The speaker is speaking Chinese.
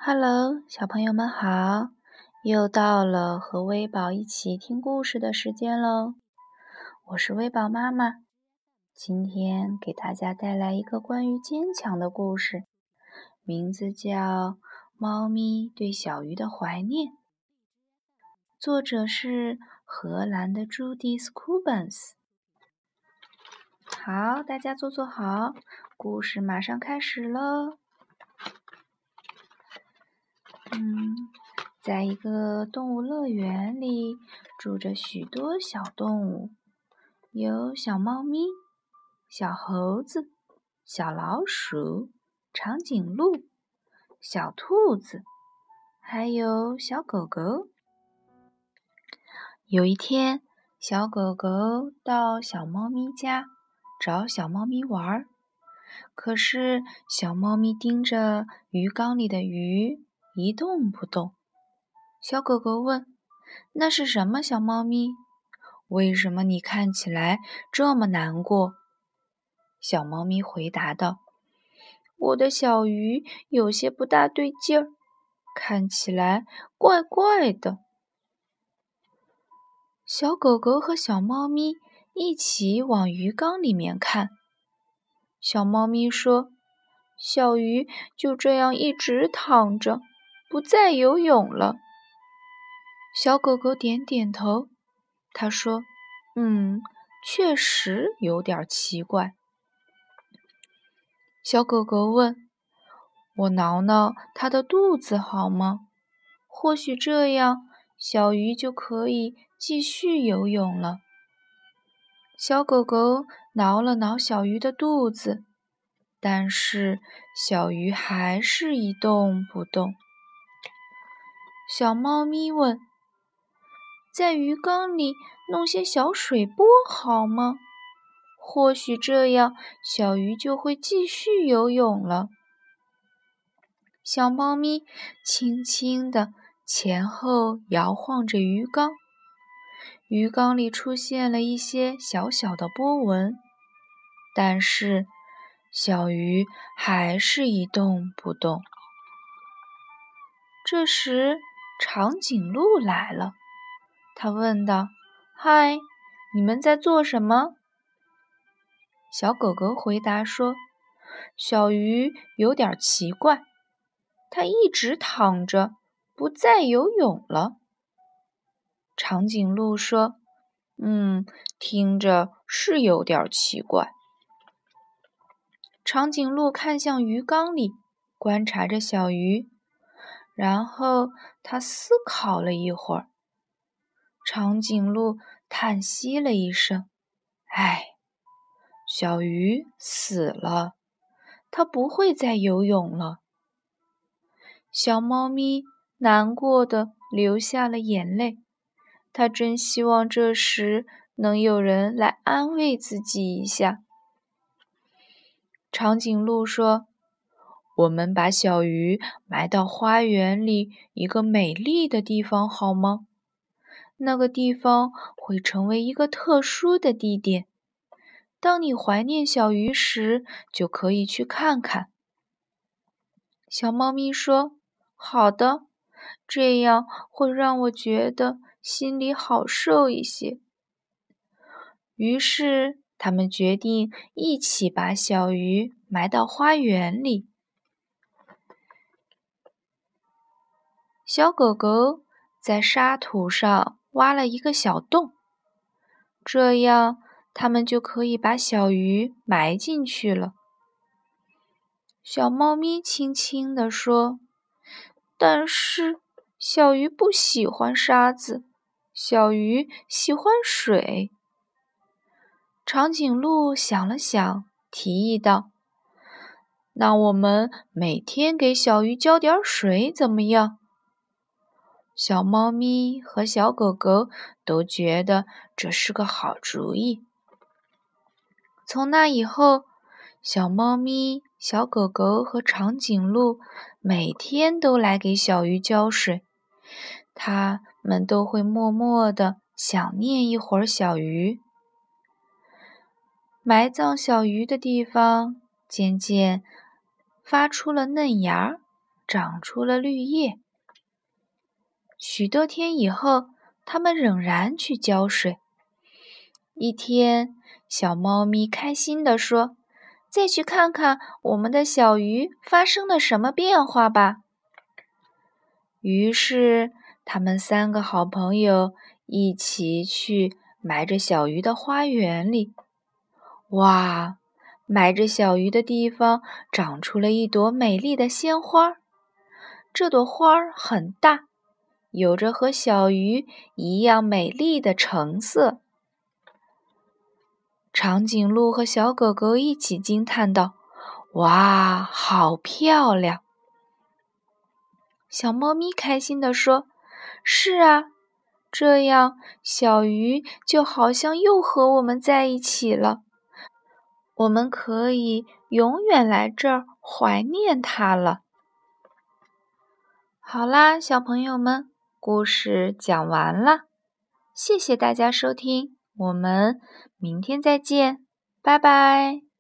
Hello，小朋友们好！又到了和微宝一起听故事的时间喽。我是微宝妈妈，今天给大家带来一个关于坚强的故事，名字叫《猫咪对小鱼的怀念》，作者是荷兰的朱迪斯·库本斯。好，大家坐好，故事马上开始喽。在一个动物乐园里，住着许多小动物，有小猫咪、小猴子、小老鼠、长颈鹿、小兔子，还有小狗狗。有一天，小狗狗到小猫咪家找小猫咪玩，可是小猫咪盯着鱼缸里的鱼一动不动。小狗狗问：“那是什么，小猫咪？为什么你看起来这么难过？”小猫咪回答道：“我的小鱼有些不大对劲儿，看起来怪怪的。”小狗狗和小猫咪一起往鱼缸里面看。小猫咪说：“小鱼就这样一直躺着，不再游泳了。”小狗狗点点头，他说：“确实有点奇怪。”小狗狗问：“我挠挠它的肚子好吗？或许这样，小鱼就可以继续游泳了。”小狗狗挠了挠小鱼的肚子，但是小鱼还是一动不动。小猫咪问：“在鱼缸里弄些小水波好吗？或许这样小鱼就会继续游泳了。”小猫咪轻轻地前后摇晃着鱼缸，鱼缸里出现了一些小小的波纹，但是小鱼还是一动不动。这时，长颈鹿来了。他问道：“嗨，你们在做什么？”小狗狗回答说：“小鱼有点奇怪，它一直躺着，不再游泳了。”长颈鹿说：“听着是有点奇怪。”长颈鹿看向鱼缸里，观察着小鱼，然后他思考了一会儿。长颈鹿叹息了一声：“唉，小鱼死了，它不会再游泳了。”小猫咪难过地流下了眼泪，它真希望这时能有人来安慰自己一下。长颈鹿说：“我们把小鱼埋到花园里一个美丽的地方好吗？那个地方会成为一个特殊的地点。当你怀念小鱼时，就可以去看看。”小猫咪说：“好的，这样会让我觉得心里好受一些。”于是，他们决定一起把小鱼埋到花园里。小狗狗在沙土上挖了一个小洞，这样它们就可以把小鱼埋进去了。小猫咪轻轻地说：“但是小鱼不喜欢沙子，小鱼喜欢水。”长颈鹿想了想，提议道：“那我们每天给小鱼浇点水怎么样？”小猫咪和小狗狗都觉得这是个好主意。从那以后，小猫咪、小狗狗和长颈鹿每天都来给小鱼浇水，它们都会默默地想念一会儿小鱼。埋葬小鱼的地方渐渐发出了嫩芽， 长出了绿叶。许多天以后，它们仍然去浇水。一天，小猫咪开心地说：“再去看看我们的小鱼发生了什么变化吧。”于是，他们3个好朋友一起去埋着小鱼的花园里。哇，埋着小鱼的地方长出了一朵美丽的鲜花。这朵花很大，有着和小鱼一样美丽的橙色。长颈鹿和小狗狗一起惊叹道：“哇，好漂亮！”小猫咪开心地说：“是啊，这样小鱼就好像又和我们在一起了。我们可以永远来这儿怀念它了。”好啦，小朋友们，故事讲完了，谢谢大家收听，我们明天再见，拜拜。